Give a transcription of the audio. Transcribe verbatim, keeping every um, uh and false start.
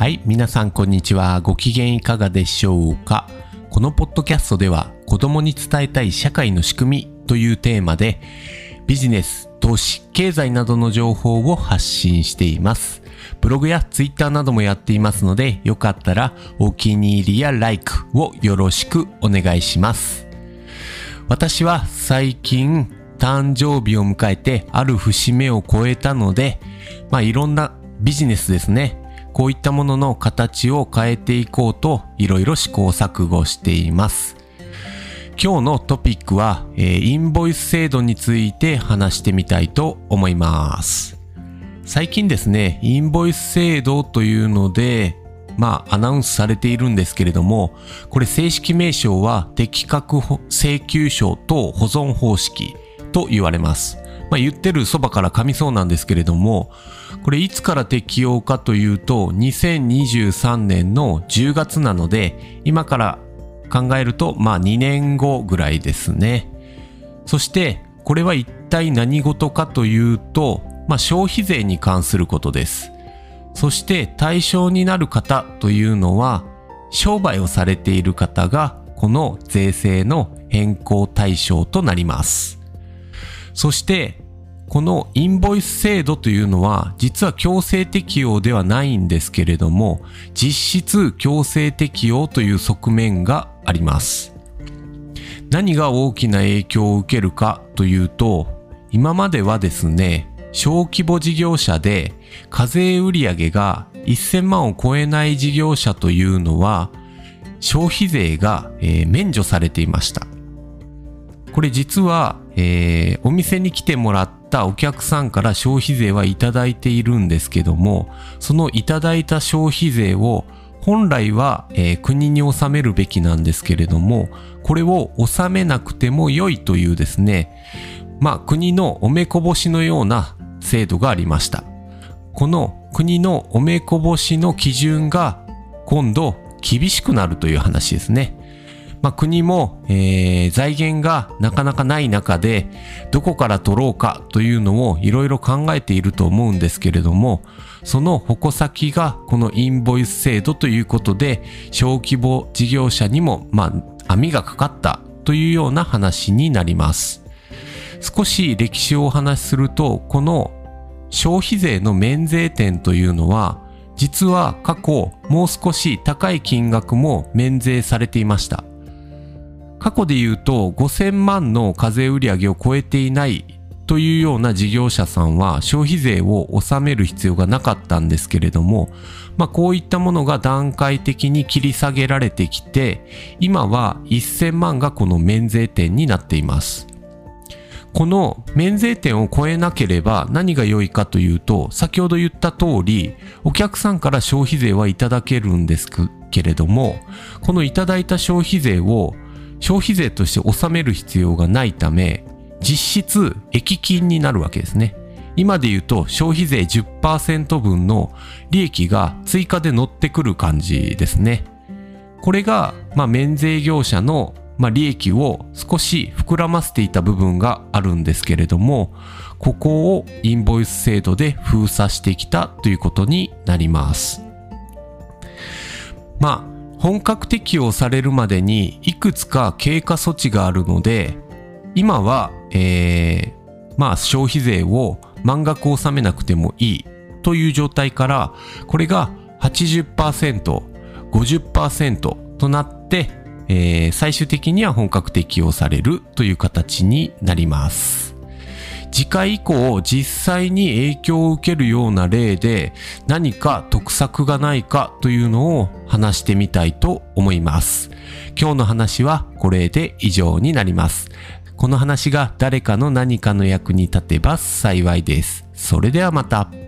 はい、皆さんこんにちは。ご機嫌いかがでしょうか。このポッドキャストでは子供に伝えたい社会の仕組みというテーマでビジネス、投資、経済などの情報を発信しています。ブログやツイッターなどもやっていますので、よかったらお気に入りや like をよろしくお願いします。私は最近誕生日を迎えてある節目を超えたので、まあいろんなビジネスですね。こういったものの形を変えていこうといろいろ試行錯誤しています。今日のトピックは、えー、インボイス制度について話してみたいと思います。最近ですね、インボイス制度というので、まあアナウンスされているんですけれども、これ正式名称は適格請求書等保存方式と言われます。まあ言ってるそばから噛みそうなんですけれども、これいつから適用かというとにせんにじゅうさんねんのじゅうがつなので、今から考えるとまあにねんごぐらいですね。そしてこれは一体何事かというと、まあ消費税に関することです。そして対象になる方というのは商売をされている方がこの税制の変更対象となります。そしてこのインボイス制度というのは実は強制適用ではないんですけれども、実質強制適用という側面があります。何が大きな影響を受けるかというと、今まではですね、小規模事業者で課税売上がせんまんを超えない事業者というのは消費税が、えー、免除されていました。これ実は、えー、お店に来てもらったお客さんから消費税はいただいているんですけども、そのいただいた消費税を本来は、えー、国に納めるべきなんですけれども、これを納めなくても良いというですね、まあ国のおめこぼしのような制度がありました。この国のおめこぼしの基準が今度厳しくなるという話ですね。まあ、国も、えー、財源がなかなかない中でどこから取ろうかというのをいろいろ考えていると思うんですけれども、その矛先がこのインボイス制度ということで小規模事業者にも、まあ、網がかかったというような話になります。少し歴史をお話しすると、この消費税の免税店というのは実は過去もう少し高い金額も免税されていました。過去で言うとごせんまんの課税売上を超えていないというような事業者さんは消費税を納める必要がなかったんですけれども、まあこういったものが段階的に切り下げられてきて、今はせんまんがこの免税店になっています。この免税店を超えなければ何が良いかというと、先ほど言った通りお客さんから消費税はいただけるんですけれども、このいただいた消費税を消費税として納める必要がないため、実質益金になるわけですね。今で言うと消費税 じゅっパーセント 分の利益が追加で乗ってくる感じですね。これが、まあ、免税業者の、まあ、利益を少し膨らませていた部分があるんですけれども、ここをインボイス制度で封鎖してきたということになります。まあ本格適用されるまでにいくつか経過措置があるので、今は、えー、まあ消費税を満額納めなくてもいいという状態から、これが はちじゅっパーセント、ごじゅっパーセント となって、えー、最終的には本格適用されるという形になります。次回以降実際に影響を受けるような例で何か得策がないかというのを話してみたいと思います。今日の話はこれで以上になります。この話が誰かの何かの役に立てば幸いです。それではまた。